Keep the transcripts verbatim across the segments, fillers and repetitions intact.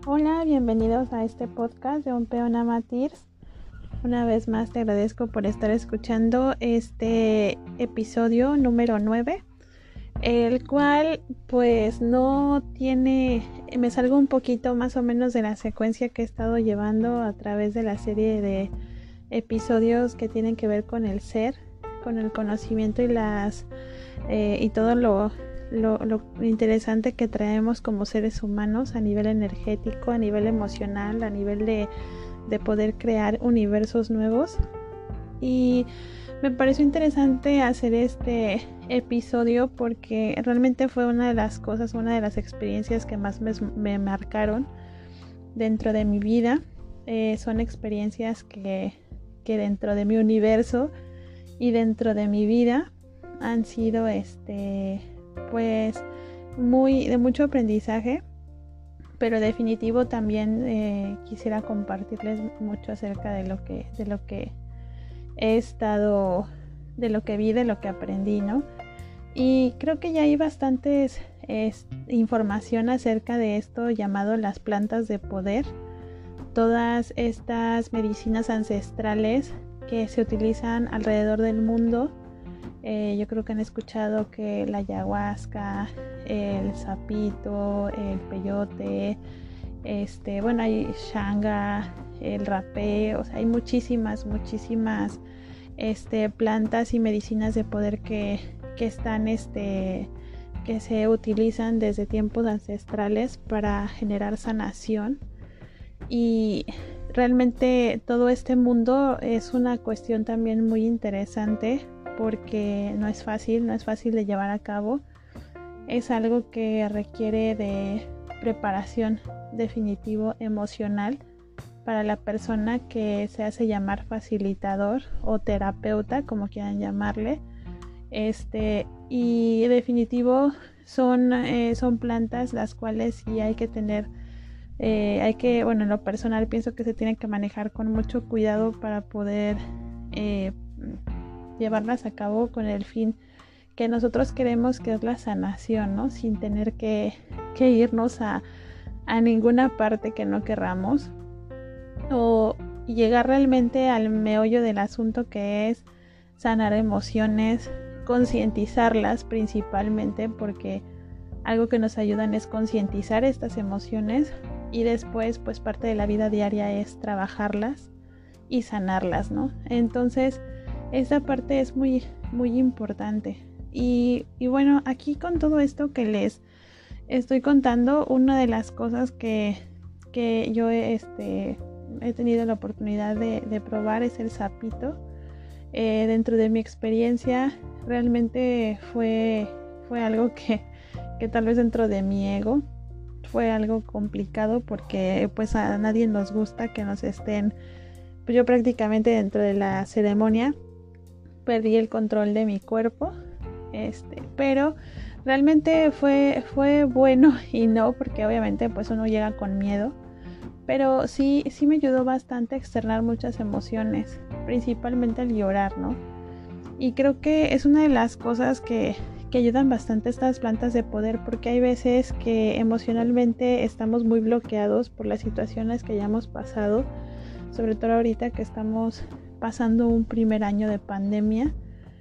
Hola, bienvenidos a este podcast de Un Peón Ama Tears. Una vez más te agradezco por estar escuchando este episodio número nueve, el cual pues no tiene, me salgo un poquito más o menos de la secuencia que he estado llevando a través de la serie de episodios que tienen que ver con el ser, con el conocimiento y las eh, y todo lo Lo, lo interesante que traemos como seres humanos a nivel energético, a nivel emocional, a nivel de, de poder crear universos nuevos. Y me pareció interesante hacer este episodio porque realmente fue una de las cosas, una de las experiencias que más me, me marcaron dentro de mi vida. Eh, son experiencias que, que dentro de mi universo y dentro de mi vida han sido este pues muy de mucho aprendizaje, pero definitivo también eh, quisiera compartirles mucho acerca de lo que de lo que he estado, de lo que vi, de lo que aprendí, ¿no? Y creo que ya hay bastantes es, información acerca de esto llamado las plantas de poder, todas estas medicinas ancestrales que se utilizan alrededor del mundo. Eh, yo creo que han escuchado que la ayahuasca, el sapito, el peyote, este, bueno, hay shanga, el rapé, o sea, hay muchísimas, muchísimas este, plantas y medicinas de poder que, que están, este, que se utilizan desde tiempos ancestrales para generar sanación. Y realmente todo este mundo es una cuestión también muy interesante, porque no es fácil, no es fácil de llevar a cabo. Es algo que requiere de preparación definitivo emocional para la persona que se hace llamar facilitador o terapeuta, como quieran llamarle. Este, y definitivo son, eh, son plantas las cuales sí hay que tener, eh, hay que, bueno, en lo personal pienso que se tiene que manejar con mucho cuidado para poder eh, llevarlas a cabo con el fin que nosotros queremos, que es la sanación, ¿no? Sin tener que, que irnos a, a ninguna parte que no querramos, o llegar realmente al meollo del asunto, que es sanar emociones, concientizarlas principalmente, porque algo que nos ayudan es concientizar estas emociones, y después pues parte de la vida diaria es trabajarlas y sanarlas, ¿no? Entonces esta parte es muy, muy importante. Y, y bueno, aquí con todo esto que les estoy contando, una de las cosas que, que yo este, he tenido la oportunidad de, de probar es el sapito. Eh, dentro de mi experiencia realmente fue, fue algo que, que tal vez dentro de mi ego fue algo complicado, porque pues a nadie nos gusta que nos estén, pues yo prácticamente dentro de la ceremonia perdí el control de mi cuerpo, este, pero realmente fue, fue bueno y no, porque obviamente pues uno llega con miedo, pero sí, sí me ayudó bastante a externar muchas emociones, principalmente el llorar, ¿no? Y creo que es una de las cosas que, que ayudan bastante estas plantas de poder, porque hay veces que emocionalmente estamos muy bloqueados por las situaciones que hayamos pasado, sobre todo ahorita que estamos pasando un primer año de pandemia,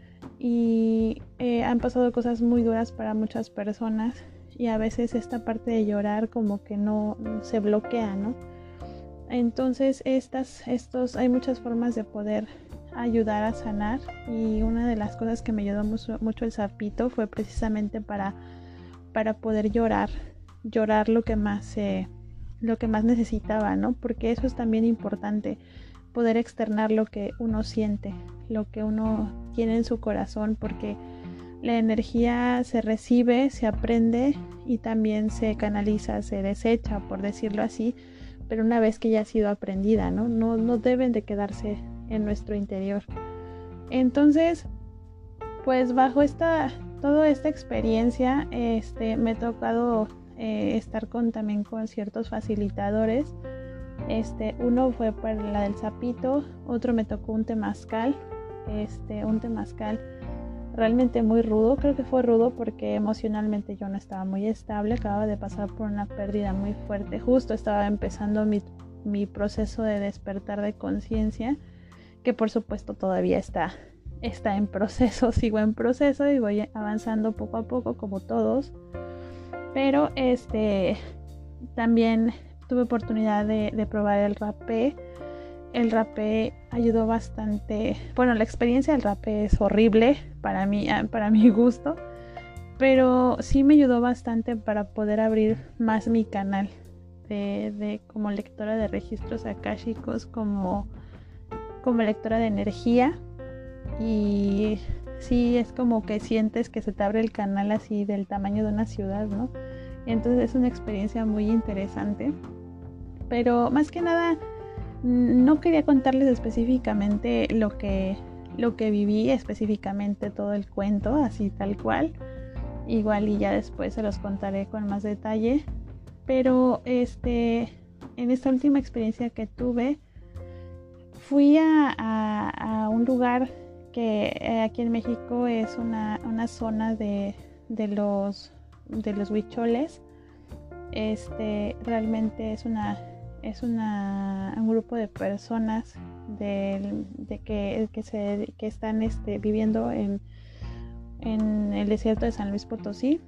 y eh, han pasado cosas muy duras para muchas personas, y a veces esta parte de llorar como que no se bloquea, ¿no? Entonces estas, estos, hay muchas formas de poder ayudar a sanar, y una de las cosas que me ayudó mucho, mucho el sapito fue precisamente para, para poder llorar, llorar lo que más eh, lo que más necesitaba, ¿no? Porque eso es también importante, poder externar lo que uno siente, lo que uno tiene en su corazón, porque la energía se recibe, se aprende y también se canaliza, se desecha, por decirlo así, pero una vez que ya ha sido aprendida, ¿no? No, no deben de quedarse en nuestro interior. Entonces, pues bajo esta, toda esta experiencia, este, me ha tocado eh, estar con, también con ciertos facilitadores. Este, uno fue para la del sapito, otro me tocó un temazcal, este, un temazcal realmente muy rudo. Creo que fue rudo porque emocionalmente yo no estaba muy estable, acababa de pasar por una pérdida muy fuerte, justo estaba empezando mi, mi proceso de despertar de conciencia, que por supuesto todavía está, está en proceso, sigo en proceso y voy avanzando poco a poco como todos, pero este también tuve oportunidad de, de probar el rapé. El rapé ayudó bastante. Bueno, la experiencia del rapé es horrible para mí, para mi gusto, pero sí me ayudó bastante para poder abrir más mi canal de, de como lectora de registros akáshicos, como, como lectora de energía. Y sí, es como que sientes que se te abre el canal así del tamaño de una ciudad, ¿no? Entonces es una experiencia muy interesante, pero más que nada no quería contarles específicamente lo que, lo que viví, específicamente todo el cuento, así tal cual. Igual y ya después se los contaré con más detalle. Pero este, en esta última experiencia que tuve, fui a, a, a un lugar que eh, aquí en México es una, una zona de, de los, de los huicholes. Este, realmente es una... es una, un grupo de personas de, de que, que, se, que están este, viviendo en, en el desierto de San Luis Potosí,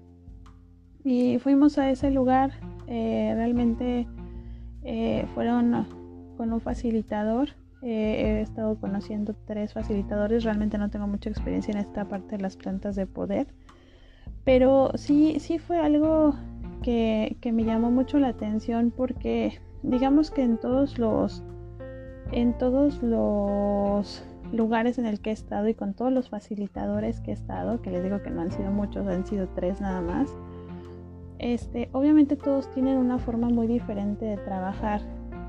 y fuimos a ese lugar. Eh, realmente eh, fueron con un facilitador. Eh, he estado conociendo tres facilitadores, realmente no tengo mucha experiencia en esta parte de las plantas de poder, pero sí, sí fue algo que, que me llamó mucho la atención, porque digamos que en todos los en todos los lugares en el que he estado y con todos los facilitadores que he estado, que les digo que no han sido muchos, han sido tres nada más, este, obviamente todos tienen una forma muy diferente de trabajar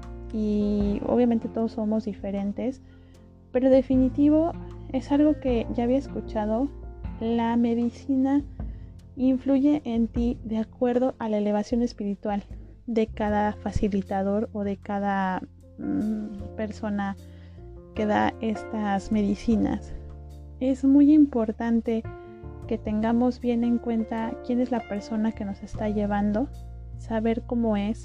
y obviamente todos somos diferentes, pero definitivo es algo que ya había escuchado: la medicina influye en ti de acuerdo a la elevación espiritual de cada facilitador o de cada mmm, persona que da estas medicinas. Es muy importante que tengamos bien en cuenta quién es la persona que nos está llevando, saber cómo es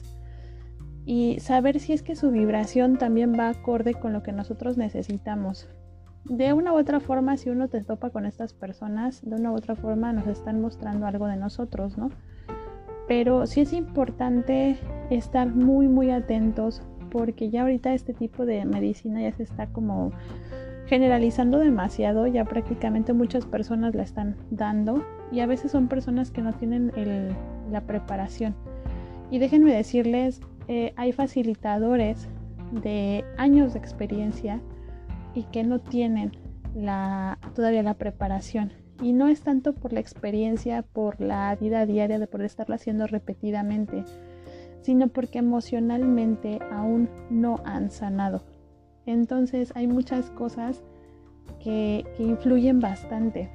y saber si es que su vibración también va acorde con lo que nosotros necesitamos. De una u otra forma, si uno te topa con estas personas, de una u otra forma nos están mostrando algo de nosotros, ¿no? Pero sí es importante estar muy muy atentos, porque ya ahorita este tipo de medicina ya se está como generalizando demasiado, ya prácticamente muchas personas la están dando y a veces son personas que no tienen el, la preparación. Y déjenme decirles, eh, hay facilitadores de años de experiencia y que no tienen la, todavía la preparación. Y no es tanto por la experiencia, por la vida diaria de poder estarlo haciendo repetidamente, sino porque emocionalmente aún no han sanado. Entonces hay muchas cosas que, que influyen bastante.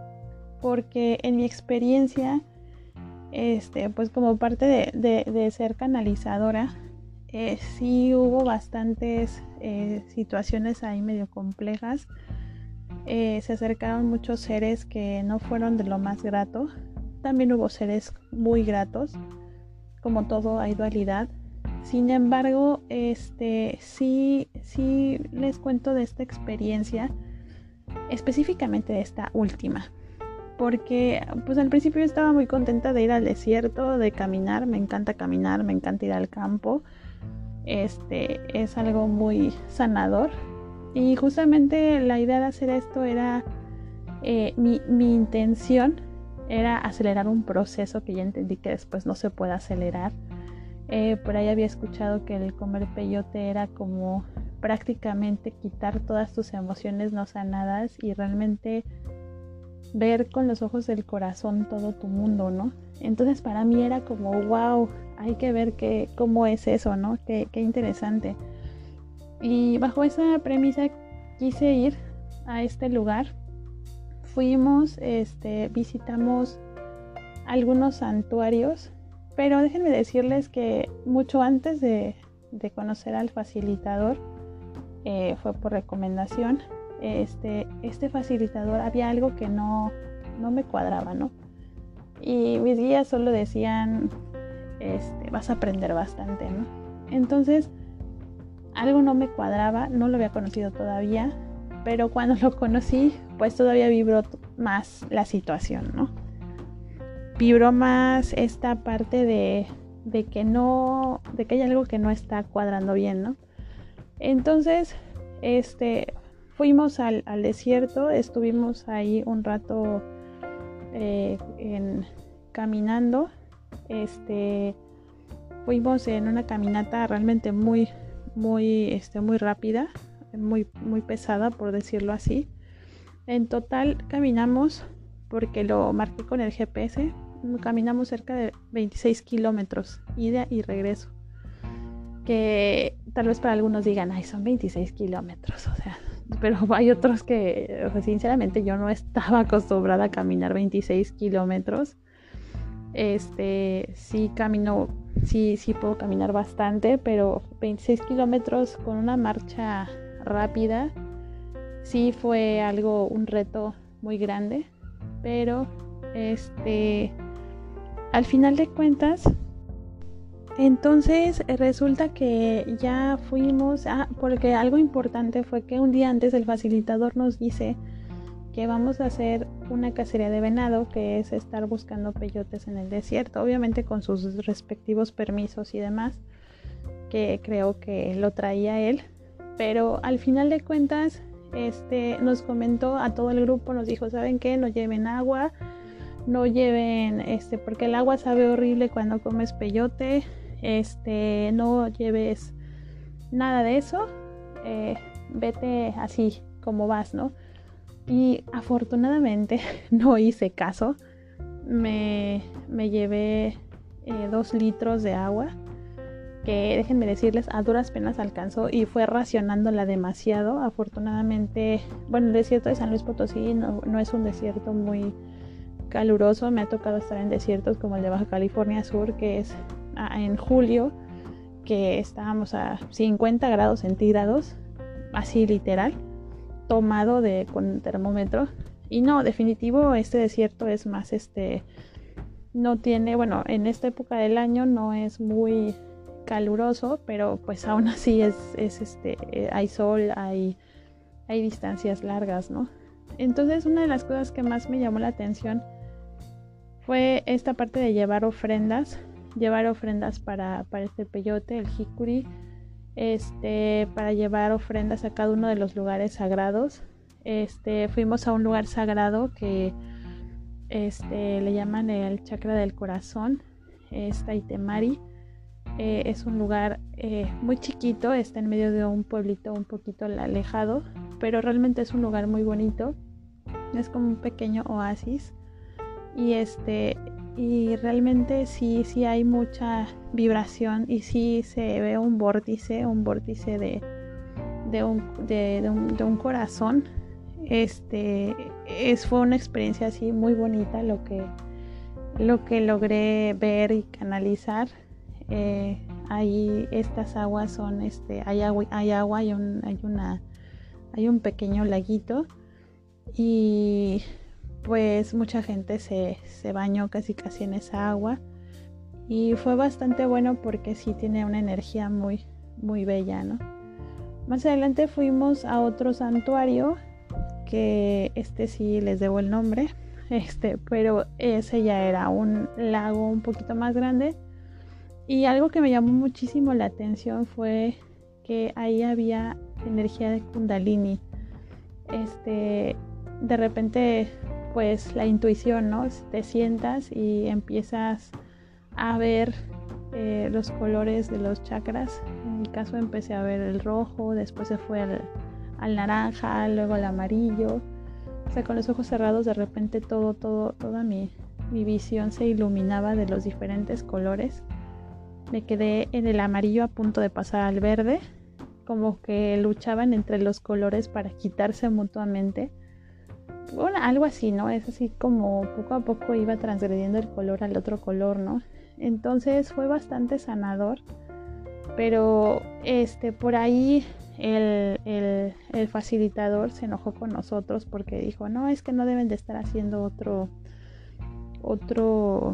Porque en mi experiencia, este, pues como parte de, de, de ser canalizadora, eh, sí hubo bastantes eh, situaciones ahí medio complejas. Eh, se acercaron muchos seres que no fueron de lo más grato. También hubo seres muy gratos. Como todo, hay dualidad. Sin embargo, este, sí, sí les cuento de esta experiencia, específicamente de esta última, porque pues al principio yo estaba muy contenta de ir al desierto, de caminar. Me encanta caminar, me encanta ir al campo. Este, es algo muy sanador. Y justamente la idea de hacer esto era, eh, mi, mi intención era acelerar un proceso que ya entendí que después no se puede acelerar. Eh, por ahí había escuchado que el comer peyote era como prácticamente quitar todas tus emociones no sanadas y realmente ver con los ojos del corazón todo tu mundo, ¿no? Entonces para mí era como wow, hay que ver que, cómo es eso, ¿no? Qué, qué interesante. Y bajo esa premisa quise ir a este lugar. Fuimos, este, visitamos algunos santuarios, pero déjenme decirles que mucho antes de, de conocer al facilitador, eh, fue por recomendación. este, este facilitador había algo que no, no me cuadraba, ¿no? Y mis guías solo decían, este, vas a aprender bastante, ¿no? Entonces, algo no me cuadraba, no lo había conocido todavía, pero cuando lo conocí, pues todavía vibró más la situación, ¿no? Vibró más esta parte de, de que no, de que hay algo que no está cuadrando bien, ¿no? Entonces, este, fuimos al, al desierto, estuvimos ahí un rato eh, en, caminando, este, fuimos en una caminata realmente muy, muy, este, muy rápida, muy, muy pesada, por decirlo así. En total caminamos, porque lo marqué con el G P S, caminamos cerca de veintiséis kilómetros, ida y regreso. Que tal vez para algunos digan, ay, son veintiséis kilómetros, o sea, pero hay otros que, o sea, sinceramente yo no estaba acostumbrada a caminar veintiséis kilómetros. Este, sí camino, sí, sí puedo caminar bastante, pero veintiséis kilómetros con una marcha rápida, sí fue algo, un reto muy grande, pero este, al final de cuentas, entonces resulta que ya fuimos, ah, porque algo importante fue que un día antes el facilitador nos dice que vamos a hacer una cacería de venado, que es estar buscando peyotes en el desierto, obviamente con sus respectivos permisos y demás, que creo que lo traía él, pero al final de cuentas este, nos comentó a todo el grupo, nos dijo, ¿saben qué? No lleven agua, no lleven, este, porque el agua sabe horrible cuando comes peyote, este, no lleves nada de eso, eh, vete así como vas, ¿no? Y afortunadamente no hice caso, me, me llevé eh, dos litros de agua, que déjenme decirles, a duras penas alcanzó y fue racionándola demasiado. Afortunadamente, bueno, el desierto de San Luis Potosí no, no es un desierto muy caluroso, me ha tocado estar en desiertos como el de Baja California Sur, que es a, en julio, que estábamos a cincuenta grados centígrados, así literal, tomado de con termómetro. Y no, definitivo, este desierto es más, este, no tiene, bueno, en esta época del año no es muy caluroso, pero pues aún así es, es este, eh, hay sol, hay, hay distancias largas, ¿no? Entonces una de las cosas que más me llamó la atención fue esta parte de llevar ofrendas, llevar ofrendas para, para este peyote, el jicuri, este, para llevar ofrendas a cada uno de los lugares sagrados. Este, fuimos a un lugar sagrado que este, le llaman el chakra del corazón, es Taitemari. Eh, es un lugar eh, muy chiquito, está en medio de un pueblito un poquito alejado, pero realmente es un lugar muy bonito, es como un pequeño oasis y este y realmente sí, sí hay mucha vibración y sí se ve un vórtice, un vórtice de, de, un, de, de, un, de un corazón. Este es, fue una experiencia así muy bonita lo que, lo que logré ver y canalizar. Eh, ahí estas aguas son, este, hay agua, hay agua, hay un, hay una, hay un pequeño laguito y pues mucha gente se, se bañó casi casi en esa agua y fue bastante bueno porque sí tiene una energía muy, muy bella, ¿no? Más adelante fuimos a otro santuario que este sí les debo el nombre, este, pero ese ya era un lago un poquito más grande. Y algo que me llamó muchísimo la atención fue que ahí había energía de Kundalini. Este, de repente, pues la intuición, ¿no? Te sientas y empiezas a ver eh, los colores de los chakras. En mi caso empecé a ver el rojo, después se fue al, al naranja, luego al amarillo. O sea, con los ojos cerrados de repente todo, todo, toda mi, mi visión se iluminaba de los diferentes colores. Me quedé en el amarillo a punto de pasar al verde, como que luchaban entre los colores para quitarse mutuamente. Bueno, algo así, ¿no? Es así como poco a poco iba transgrediendo el color al otro color, ¿no? Entonces fue bastante sanador, pero este, por ahí el, el, el facilitador se enojó con nosotros porque dijo, no, es que no deben de estar haciendo otro, otro,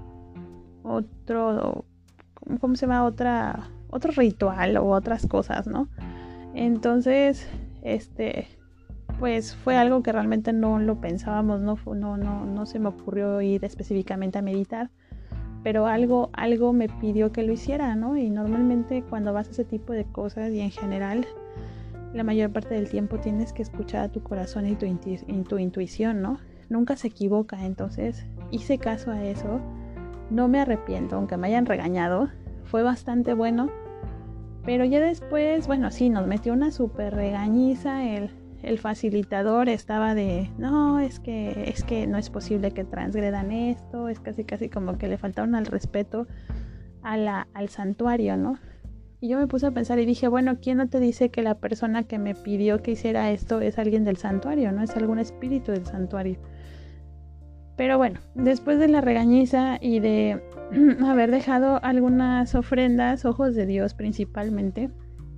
otro, ¿cómo se llama? Otra, otro ritual o otras cosas, ¿no? Entonces, este, pues fue algo que realmente no lo pensábamos, no, no, no, no se me ocurrió ir específicamente a meditar, pero algo, algo me pidió que lo hiciera, ¿no? Y normalmente cuando vas a ese tipo de cosas y en general, la mayor parte del tiempo tienes que escuchar a tu corazón y tu, intu- y tu intuición, ¿no? Nunca se equivoca, entonces hice caso a eso, no me arrepiento, aunque me hayan regañado, fue bastante bueno, pero ya después, bueno, sí, nos metió una súper regañiza, el, el facilitador estaba de, no, es que, es que no es posible que transgredan esto, es casi casi como que le faltaron al respeto a la, al santuario, ¿no? Y yo me puse a pensar y dije, bueno, ¿quién no te dice que la persona que me pidió que hiciera esto es alguien del santuario, ¿no? Es algún espíritu del santuario. Pero bueno, después de la regañiza y de haber dejado algunas ofrendas, ojos de Dios principalmente,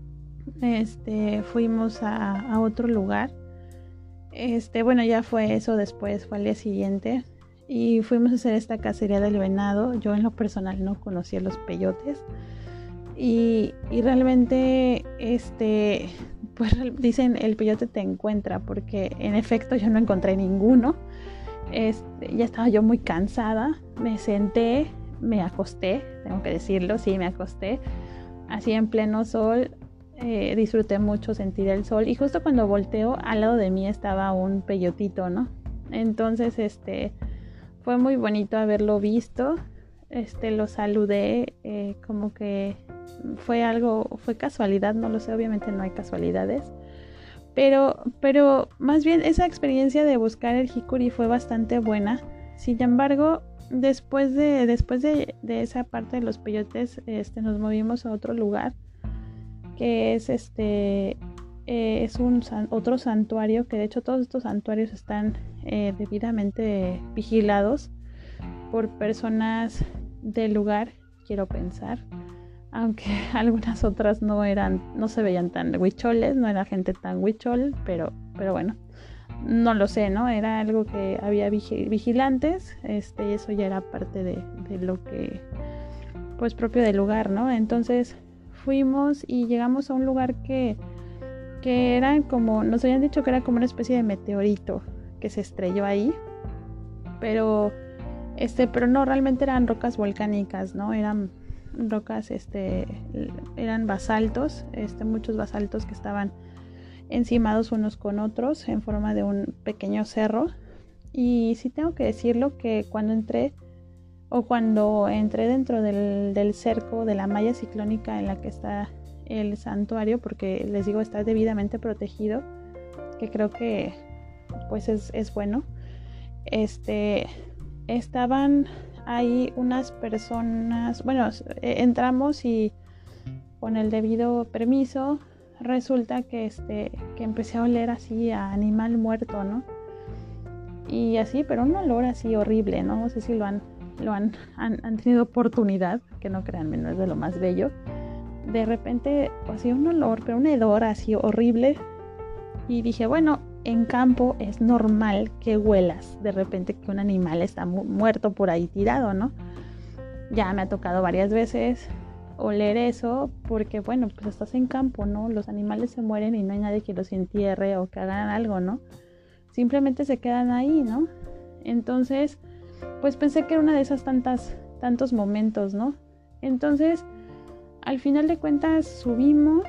este, fuimos a, a otro lugar. Este, bueno, ya fue eso después, fue al día siguiente. Y fuimos a hacer esta cacería del venado. Yo en lo personal no conocía los peyotes. Y, y realmente, este, pues dicen el peyote te encuentra, porque en efecto yo no encontré ninguno. Este, ya estaba yo muy cansada, me senté, me acosté, tengo que decirlo, sí, me acosté, así en pleno sol, eh, disfruté mucho sentir el sol y justo cuando volteo al lado de mí estaba un peyotito, ¿no? Entonces, este, fue muy bonito haberlo visto, este, lo saludé, eh, como que fue algo, fue casualidad, no lo sé, obviamente no hay casualidades. Pero, pero más bien esa experiencia de buscar el jicuri fue bastante buena. Sin embargo, después de, después de, de esa parte de los peyotes, este, nos movimos a otro lugar, que es este eh, es un san, otro santuario, que de hecho todos estos santuarios están eh, debidamente vigilados por personas del lugar, quiero pensar. Aunque algunas otras no eran, no se veían tan huicholes, no era gente tan huichol, pero, pero bueno, no lo sé, ¿no? Era algo que había vigi- vigilantes, este, y eso ya era parte de, de lo que, pues propio del lugar, ¿no? Entonces fuimos y llegamos a un lugar que, que era como, nos habían dicho que era como una especie de meteorito que se estrelló ahí, pero, este, pero no, realmente eran rocas volcánicas, ¿no? Eran rocas, este, eran basaltos, este, muchos basaltos que estaban encimados unos con otros en forma de un pequeño cerro. Y sí tengo que decirlo que cuando entré o cuando entré dentro del, del cerco de la malla ciclónica en la que está el santuario, porque les digo está debidamente protegido, que creo que pues es, es bueno, este, estaban hay unas personas, bueno, entramos y con el debido permiso resulta que este que empecé a oler así a animal muerto, ¿no? Y así, pero un olor así horrible, ¿no? No sé si lo han lo han, han, han tenido oportunidad, que no créanme, no es de lo más bello. De repente, así un olor, pero un hedor así horrible. Y dije, bueno, en campo es normal que huelas de repente que un animal está mu- muerto por ahí tirado, ¿no? Ya me ha tocado varias veces oler eso porque, bueno, pues estás en campo, ¿no? Los animales se mueren y no hay nadie que los entierre o que hagan algo, ¿no? Simplemente se quedan ahí, ¿no? Entonces, pues pensé que era una de esas tantas, tantos momentos, ¿no? Entonces, al final de cuentas subimos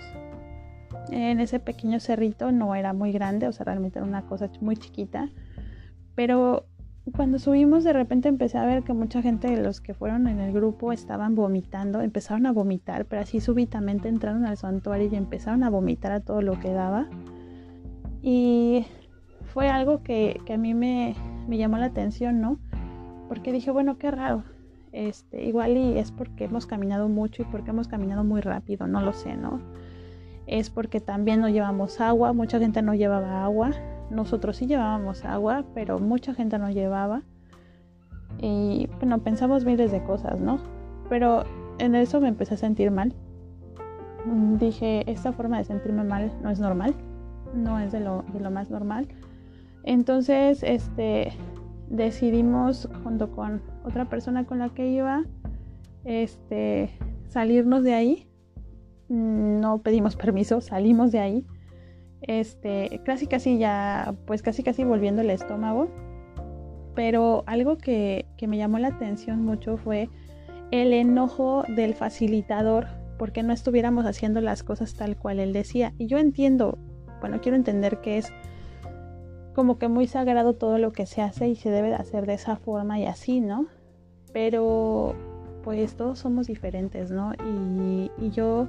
en ese pequeño cerrito, no era muy grande, o sea, realmente era una cosa muy chiquita, pero cuando subimos de repente empecé a ver que mucha gente de los que fueron en el grupo estaban vomitando, empezaron a vomitar, pero así súbitamente entraron al santuario y empezaron a vomitar a todo lo que daba. Y fue algo que, que a mí me, me llamó la atención, ¿no? Porque dije, bueno, qué raro. Este, igual y es porque hemos caminado mucho y porque hemos caminado muy rápido, no lo sé, ¿no? Es porque también no llevamos agua, mucha gente no llevaba agua. Nosotros sí llevábamos agua, pero mucha gente no llevaba. Y bueno, pensamos miles de cosas, ¿no? Pero en eso me empecé a sentir mal. dije, esta forma de sentirme mal no es normal, no es de lo, de lo más normal. Entonces, este, decidimos junto con otra persona con la que iba, este, salirnos de ahí. No pedimos permiso, salimos de ahí. Este, casi casi ya, pues casi casi volviendo el estómago. Pero algo que, que me llamó la atención mucho fue el enojo del facilitador porque no estuviéramos haciendo las cosas tal cual él decía. Y yo entiendo, bueno, quiero entender que es como que muy sagrado todo lo que se hace y se debe de hacer de esa forma y así, ¿no? Pero pues todos somos diferentes, ¿no? Y, y yo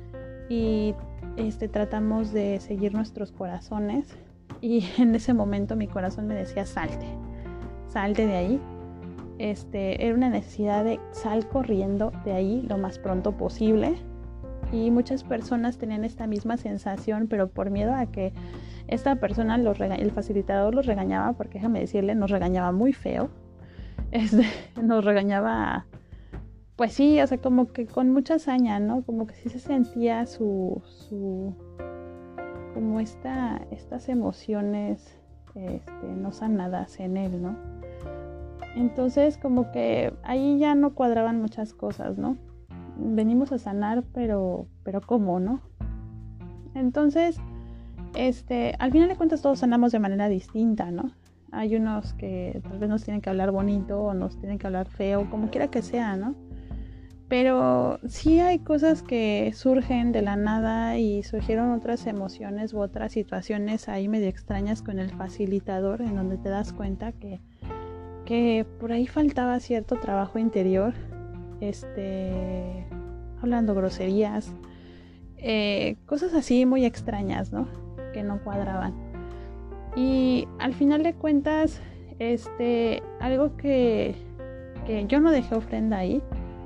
y este tratamos de seguir nuestros corazones y en ese momento mi corazón me decía salte, salte de ahí. Este, era una necesidad de sal corriendo de ahí lo más pronto posible y muchas personas tenían esta misma sensación, pero por miedo a que esta persona, los rega- el facilitador los regañaba, porque déjame decirle, nos regañaba muy feo, este, nos regañaba, pues sí, o sea, como que con mucha hazaña, ¿no? Como que sí se sentía su, su como esta, estas emociones este, no sanadas en él, ¿no? Entonces como que ahí ya no cuadraban muchas cosas, ¿no? Venimos a sanar, pero, pero ¿cómo, no? Entonces, este, al final de cuentas todos sanamos de manera distinta, ¿no? Hay unos que tal vez nos tienen que hablar bonito o nos tienen que hablar feo, como quiera que sea, ¿no? Pero sí hay cosas que surgen de la nada y surgieron otras emociones u otras situaciones ahí medio extrañas con el facilitador, en donde te das cuenta que que por ahí faltaba cierto trabajo interior, este, hablando groserías, eh, cosas así muy extrañas, ¿no? Que no cuadraban. Y al final de cuentas, este, algo que, que yo no dejé ofrenda ahí,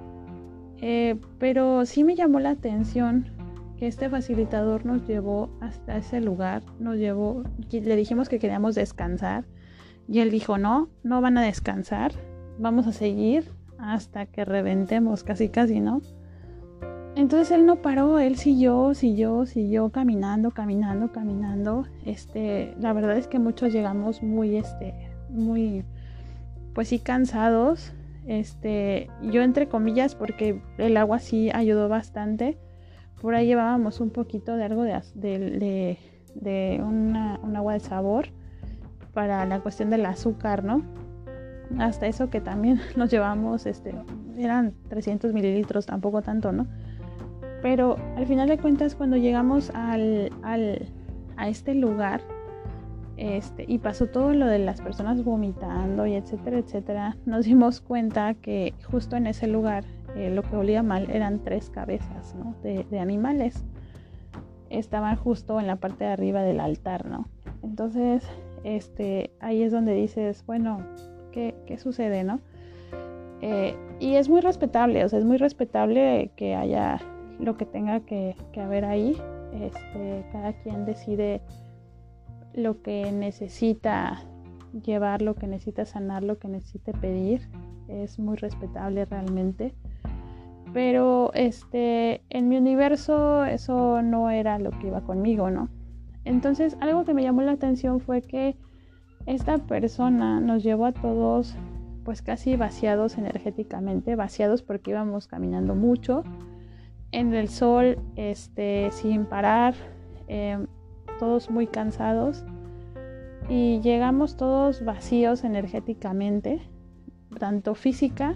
eh, pero sí me llamó la atención que este facilitador nos llevó hasta ese lugar, nos llevó, le dijimos que queríamos descansar. Y él dijo, no, no van a descansar, vamos a seguir hasta que reventemos, casi casi, ¿no? Entonces él no paró, él siguió, siguió, siguió caminando, caminando, caminando. Este, la verdad es que muchos llegamos muy, este, muy, pues sí, cansados. Este, yo entre comillas, porque el agua sí ayudó bastante. Por ahí llevábamos un poquito de algo de, de, de, de una, un agua de sabor para la cuestión del azúcar, ¿no? Hasta eso que también nos llevamos, este, eran trescientos mililitros, tampoco tanto, ¿no? Pero al final de cuentas, cuando llegamos al, al, a este lugar, este, y pasó todo lo de las personas vomitando y etcétera, etcétera, nos dimos cuenta que justo en ese lugar eh, lo que olía mal eran tres cabezas, ¿no? de, de animales. Estaban justo en la parte de arriba del altar, ¿no? Entonces, este, ahí es donde dices, bueno, ¿qué, qué sucede, no? Eh, y es muy respetable, o sea, es muy respetable que haya lo que tenga que, que haber ahí. Este, cada quien decide lo que necesita llevar, lo que necesita sanar, lo que necesita pedir. Es muy respetable realmente. Pero este, en mi universo eso no era lo que iba conmigo, ¿no? Entonces algo que me llamó la atención fue que esta persona nos llevó a todos pues casi vaciados energéticamente, vaciados porque íbamos caminando mucho en el sol, este, sin parar, eh, todos muy cansados y llegamos todos vacíos energéticamente, tanto física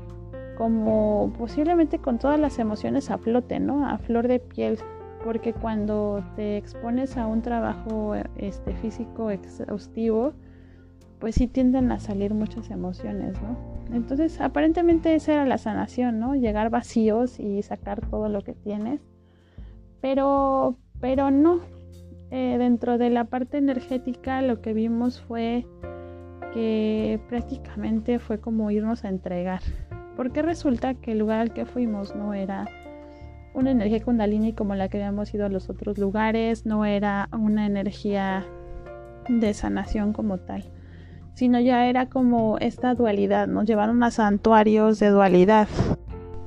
como posiblemente con todas las emociones a flote, ¿no? A flor de piel, porque cuando te expones a un trabajo este, físico exhaustivo, pues sí tienden a salir muchas emociones, ¿no? Entonces, aparentemente esa era la sanación, ¿no? Llegar vacíos y sacar todo lo que tienes, pero, pero no. Eh, dentro de la parte energética lo que vimos fue que prácticamente fue como irnos a entregar, porque resulta que el lugar al que fuimos no era una energía kundalini como la que habíamos ido a los otros lugares, no era una energía de sanación como tal, sino ya era como esta dualidad, nos llevaron a santuarios de dualidad.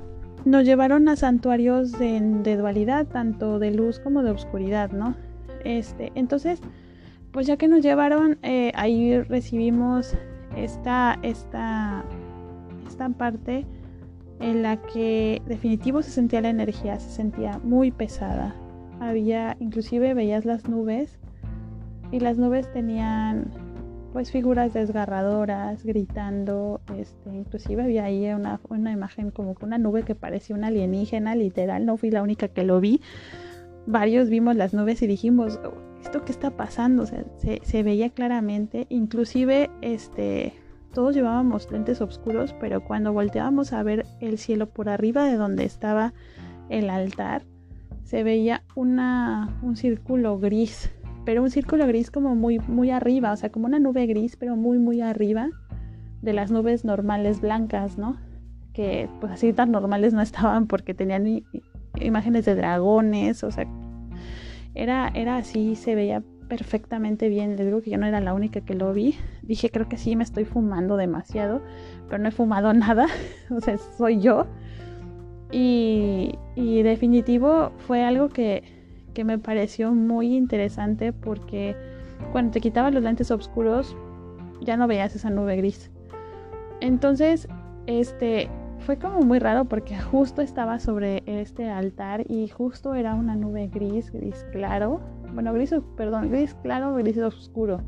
nos llevaron a santuarios de, de dualidad, tanto de luz como de oscuridad, ¿no? Este, entonces, pues ya que nos llevaron, eh, ahí recibimos esta, esta, esta parte en la que definitivo se sentía la energía, se sentía muy pesada. Había, inclusive veías las nubes y las nubes tenían pues figuras desgarradoras gritando, este, inclusive había ahí una, una imagen como que una nube que parecía una alienígena, literal, no fui la única que lo vi. Varios vimos las nubes y dijimos, ¿esto qué está pasando? O sea, se, se veía claramente, inclusive este, todos llevábamos lentes oscuros, pero cuando volteábamos a ver el cielo por arriba de donde estaba el altar, se veía una, un círculo gris, pero un círculo gris como muy, muy arriba, o sea, como una nube gris, pero muy, muy arriba de las nubes normales blancas, ¿no? Que pues así tan normales no estaban porque tenían i- imágenes de dragones, o sea, era, era así, se veía perfectamente bien. Les digo que yo no era la única que lo vi. Dije, creo que sí me estoy fumando demasiado, pero no he fumado nada, o sea, soy yo. Y, y definitivo fue algo que, que me pareció muy interesante porque cuando te quitabas los lentes oscuros ya no veías esa nube gris. Entonces, este fue como muy raro porque justo estaba sobre este altar y justo era una nube gris, gris claro. Bueno, gris, perdón, gris claro, gris oscuro.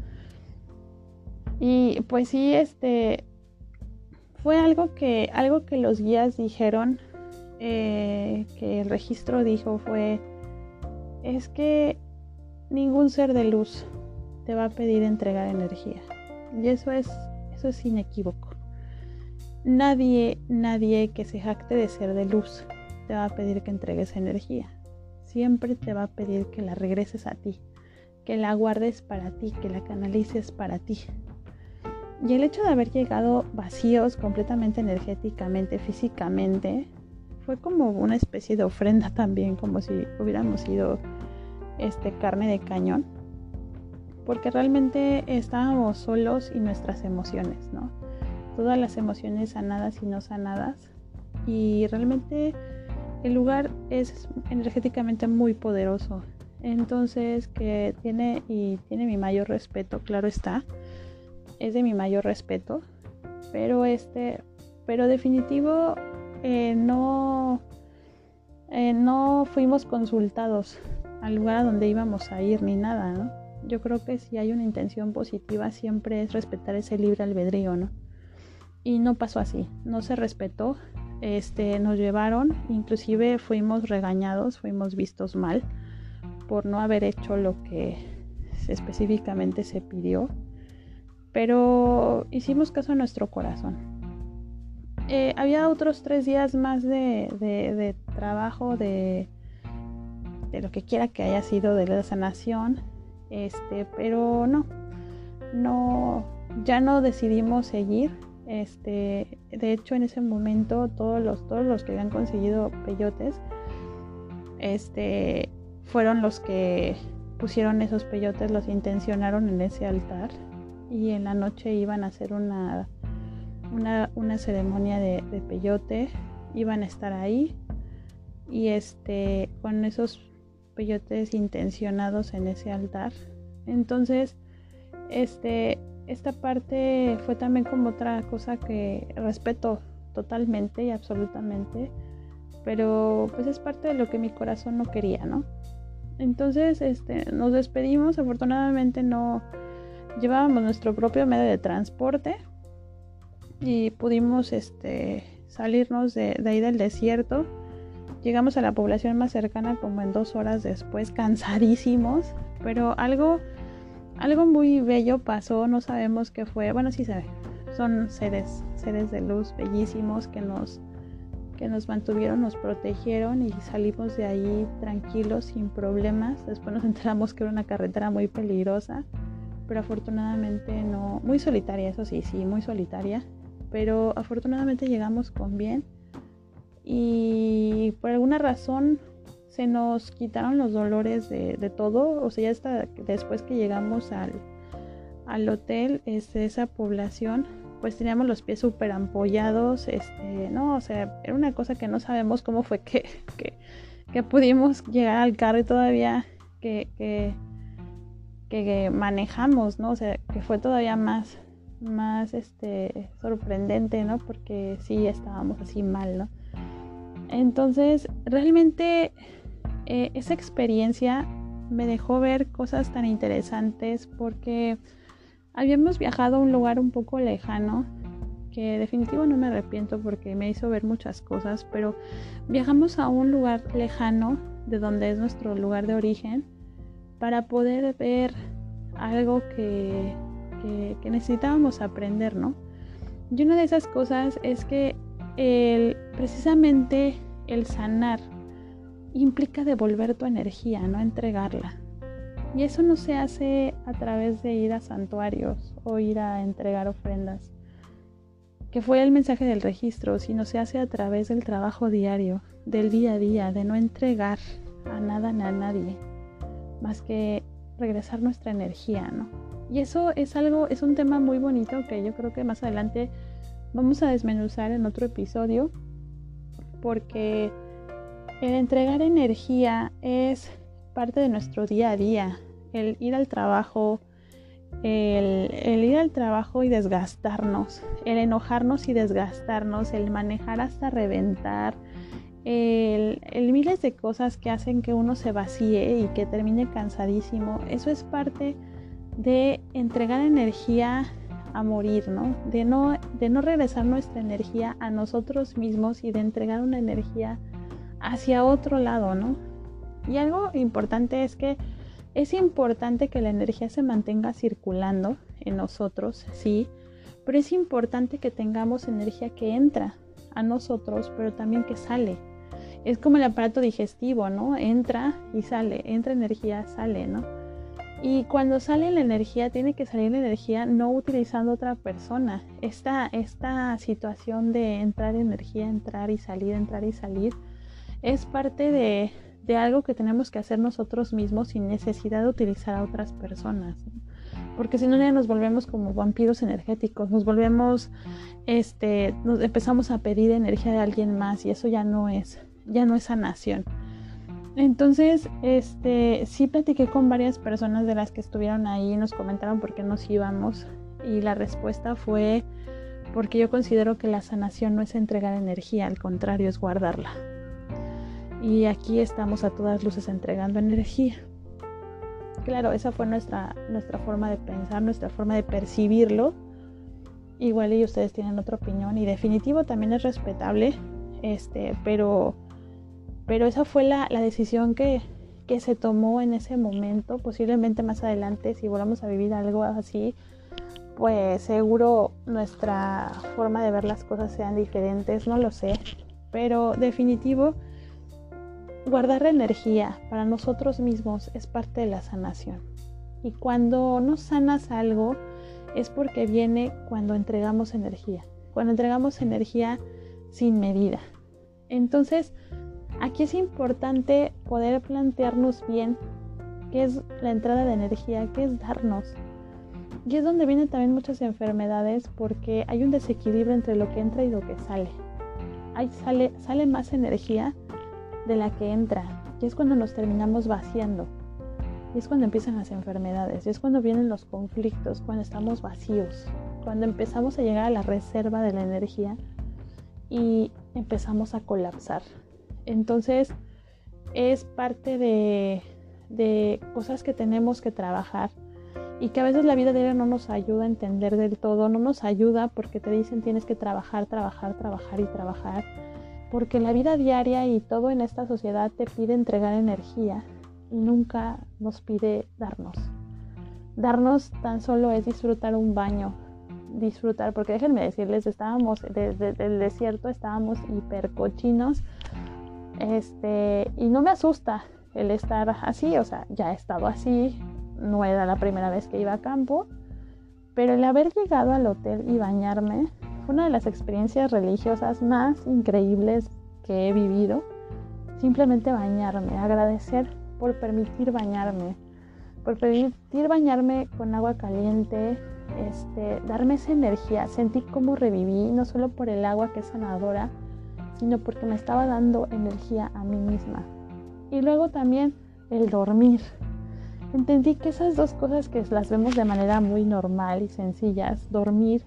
Y pues sí, este fue algo que, algo que los guías dijeron, eh, que el registro dijo fue, es que ningún ser de luz te va a pedir entregar energía. Y eso es, eso es inequívoco. Nadie, nadie que se jacte de ser de luz te va a pedir que entregues energía. Siempre te va a pedir que la regreses a ti, que la guardes para ti, que la canalices para ti. Y el hecho de haber llegado vacíos completamente energéticamente, físicamente, fue como una especie de ofrenda también, como si hubiéramos sido este, carne de cañón, porque realmente estábamos solos y nuestras emociones, ¿no? Todas las emociones sanadas y no sanadas, y realmente el lugar es energéticamente muy poderoso, entonces que tiene y tiene mi mayor respeto, claro está, es de mi mayor respeto, pero este, pero definitivo eh, no, eh, no fuimos consultados al lugar a donde íbamos a ir ni nada, ¿no? Yo creo que si hay una intención positiva siempre es respetar ese libre albedrío, ¿no? Y no pasó así, no se respetó, este, nos llevaron, inclusive fuimos regañados, fuimos vistos mal por no haber hecho lo que específicamente se pidió, pero hicimos caso a nuestro corazón. Eh, había otros tres días más de, de, de trabajo, de, de lo que quiera que haya sido de la sanación, este, pero no, no, ya no decidimos seguir. Este, de hecho, en ese momento todos los, todos los que habían conseguido peyotes, este, fueron los que pusieron esos peyotes, los intencionaron en ese altar, y en la noche iban a hacer una, una, una ceremonia de, de peyote, iban a estar ahí, y este, con esos peyotes intencionados en ese altar. Entonces, este, esta parte fue también como otra cosa que respeto totalmente y absolutamente, pero pues es parte de lo que mi corazón no quería, ¿no? Entonces, este, nos despedimos. Afortunadamente no llevábamos nuestro propio medio de transporte y pudimos, este, salirnos de, de ahí del desierto. Llegamos a la población más cercana como en dos horas después, cansadísimos, pero algo Algo muy bello pasó, no sabemos qué fue, bueno, sí se ve, son seres, seres de luz bellísimos que nos, que nos mantuvieron, nos protegieron y salimos de ahí tranquilos, sin problemas. Después nos enteramos que era una carretera muy peligrosa, pero afortunadamente no, muy solitaria, eso sí, sí, muy solitaria, pero afortunadamente llegamos con bien y por alguna razón se nos quitaron los dolores de, de todo. O sea, ya hasta después que llegamos al, al hotel, este, esa población pues teníamos los pies súper ampollados, este, no, o sea, era una cosa que no sabemos cómo fue que, que, que pudimos llegar al carro y todavía que, que, que manejamos, ¿no? O sea, que fue todavía más, más, este, sorprendente, ¿no? Porque sí estábamos así mal, ¿no? Entonces, realmente eh, esa experiencia me dejó ver cosas tan interesantes porque habíamos viajado a un lugar un poco lejano, que definitivo no me arrepiento porque me hizo ver muchas cosas, pero viajamos a un lugar lejano de donde es nuestro lugar de origen para poder ver algo que, que, que necesitábamos aprender, ¿no? Y una de esas cosas es que el, precisamente el sanar implica devolver tu energía, no entregarla. Y eso no se hace a través de ir a santuarios o ir a entregar ofrendas, que fue el mensaje del registro, sino se hace a través del trabajo diario, del día a día, de no entregar a nada ni a nadie, más que regresar nuestra energía, ¿no? Y eso es algo, es un tema muy bonito que yo creo que más adelante vamos a desmenuzar en otro episodio, porque el entregar energía es parte de nuestro día a día, el ir al trabajo, el, el ir al trabajo y desgastarnos, el enojarnos y desgastarnos, el manejar hasta reventar, el, el miles de cosas que hacen que uno se vacíe y que termine cansadísimo. Eso es parte de entregar energía a morir, ¿no? De no, de no regresar nuestra energía a nosotros mismos y de entregar una energía hacia otro lado, ¿no? Y algo importante es que es importante que la energía se mantenga circulando en nosotros, sí, pero es importante que tengamos energía que entra a nosotros, pero también que sale. Es como el aparato digestivo, ¿no? Entra y sale, entra energía, sale, ¿no? Y cuando sale la energía, tiene que salir la energía no utilizando otra persona. Esta, esta situación de entrar energía, entrar y salir, entrar y salir, es parte de, de algo que tenemos que hacer nosotros mismos sin necesidad de utilizar a otras personas, ¿no? Porque si no ya nos volvemos como vampiros energéticos, nos volvemos, este, nos empezamos a pedir energía de alguien más y eso ya no es, ya no es sanación. Entonces, este, sí platiqué con varias personas de las que estuvieron ahí y nos comentaron por qué nos íbamos y la respuesta fue porque yo considero que la sanación no es entregar energía, al contrario es guardarla. Y aquí estamos a todas luces entregando energía. Claro, esa fue nuestra, nuestra forma de pensar, nuestra forma de percibirlo. Igual y ustedes tienen otra opinión y definitivo también es respetable, este, pero, pero esa fue la, la decisión que, que se tomó en ese momento. Posiblemente más adelante, si volvamos a vivir algo así, pues seguro nuestra forma de ver las cosas sean diferentes, no lo sé, pero definitivo, guardar la energía para nosotros mismos es parte de la sanación. Y cuando no sanas algo es porque viene cuando entregamos energía, cuando entregamos energía sin medida. Entonces, aquí es importante poder plantearnos bien qué es la entrada de energía, qué es darnos. Y es donde vienen también muchas enfermedades porque hay un desequilibrio entre lo que entra y lo que sale. Ahí sale, sale más energía de la que entra y es cuando nos terminamos vaciando y es cuando empiezan las enfermedades y es cuando vienen los conflictos, cuando estamos vacíos, cuando empezamos a llegar a la reserva de la energía y empezamos a colapsar. Entonces es parte de, de cosas que tenemos que trabajar y que a veces la vida diaria no nos ayuda a entender del todo, no nos ayuda porque te dicen tienes que trabajar, trabajar, trabajar y trabajar. Porque la vida diaria y todo en esta sociedad te pide entregar energía y nunca nos pide darnos. Darnos tan solo es disfrutar un baño, disfrutar, porque déjenme decirles, estábamos desde el desierto, estábamos hipercochinos, este, y no me asusta el estar así, o sea, ya he estado así, no era la primera vez que iba a campo, pero el haber llegado al hotel y bañarme una de las experiencias religiosas más increíbles que he vivido. Simplemente bañarme, agradecer por permitir bañarme, por permitir bañarme con agua caliente, este, darme esa energía. Sentí como reviví, no solo por el agua que es sanadora, sino porque me estaba dando energía a mí misma. Y luego también el dormir. Entendí que esas dos cosas que las vemos de manera muy normal y sencillas, dormir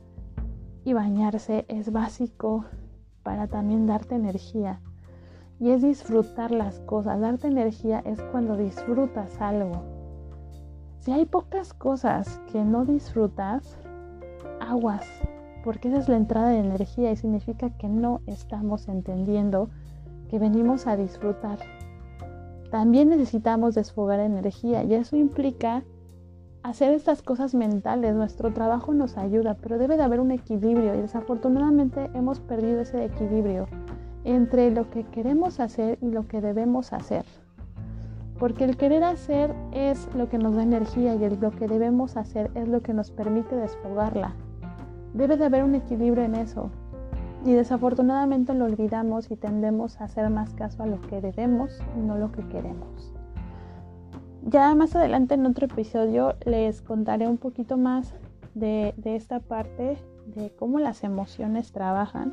y bañarse, es básico para también darte energía. Y es disfrutar las cosas. Darte energía es cuando disfrutas algo. Si hay pocas cosas que no disfrutas, aguas, porque esa es la entrada de energía y significa que no estamos entendiendo que venimos a disfrutar. También necesitamos desfogar energía y eso implica hacer estas cosas mentales. Nuestro trabajo nos ayuda, pero debe de haber un equilibrio y desafortunadamente hemos perdido ese equilibrio entre lo que queremos hacer y lo que debemos hacer. Porque el querer hacer es lo que nos da energía y el, lo que debemos hacer es lo que nos permite desfogarla. Debe de haber un equilibrio en eso. Y desafortunadamente lo olvidamos y tendemos a hacer más caso a lo que debemos y no lo que queremos. Ya más adelante en otro episodio les contaré un poquito más de, de esta parte de cómo las emociones trabajan.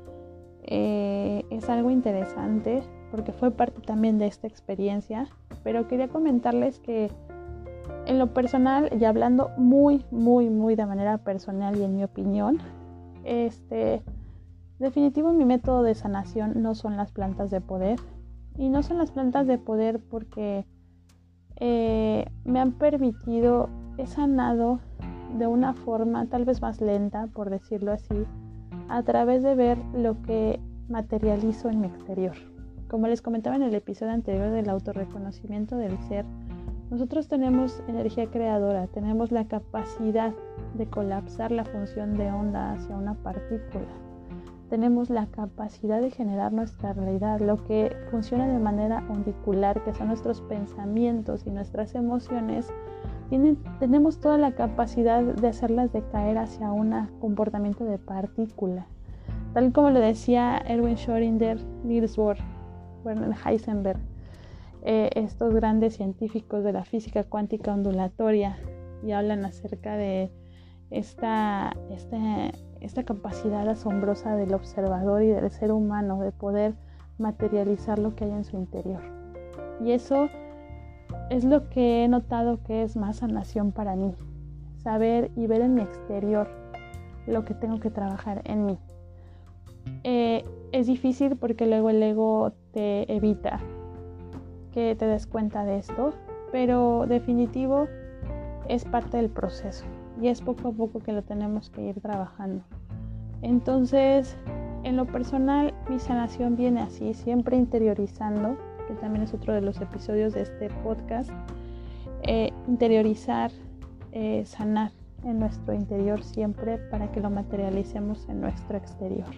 Eh, es algo interesante porque fue parte también de esta experiencia, pero quería comentarles que en lo personal, y hablando muy, muy, muy de manera personal y en mi opinión, este, definitivo mi método de sanación no son las plantas de poder, y no son las plantas de poder porque eh, me han permitido, he sanado de una forma tal vez más lenta, por decirlo así, a través de ver lo que materializo en mi exterior. Como les comentaba en el episodio anterior del autorreconocimiento del ser, nosotros tenemos energía creadora, tenemos la capacidad de colapsar la función de onda hacia una partícula. Tenemos la capacidad de generar nuestra realidad, lo que funciona de manera ondicular, que son nuestros pensamientos y nuestras emociones. Tienen, tenemos toda la capacidad de hacerlas decaer hacia un comportamiento de partícula. Tal como lo decía Erwin Schrödinger, Niels Bohr, Werner Heisenberg, eh, estos grandes científicos de la física cuántica ondulatoria, y hablan acerca de esta, esta, esta capacidad asombrosa del observador y del ser humano de poder materializar lo que hay en su interior. Y eso es lo que he notado que es más sanación para mí, saber y ver en mi exterior lo que tengo que trabajar en mí. Eh, es difícil porque luego el ego te evita que te des cuenta de esto, pero definitivo es parte del proceso y es poco a poco que lo tenemos que ir trabajando. Entonces, en lo personal, mi sanación viene así, siempre interiorizando, que también es otro de los episodios de este podcast, eh, interiorizar, eh, sanar en nuestro interior siempre para que lo materialicemos en nuestro exterior.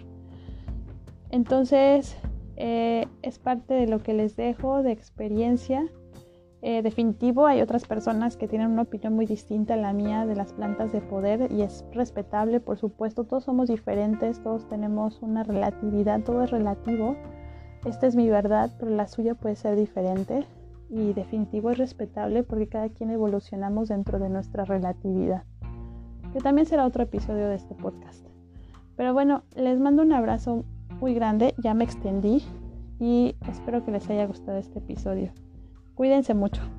Entonces, eh, es parte de lo que les dejo de experiencia. Eh, definitivo, hay otras personas que tienen una opinión muy distinta a la mía de las plantas de poder y es respetable, por supuesto. Todos somos diferentes, todos tenemos una relatividad, todo es relativo. Esta es mi verdad, pero la suya puede ser diferente y definitivo es respetable porque cada quien evolucionamos dentro de nuestra relatividad, que también será otro episodio de este podcast. Pero bueno, les mando un abrazo muy grande, ya me extendí y espero que les haya gustado este episodio. Cuídense mucho.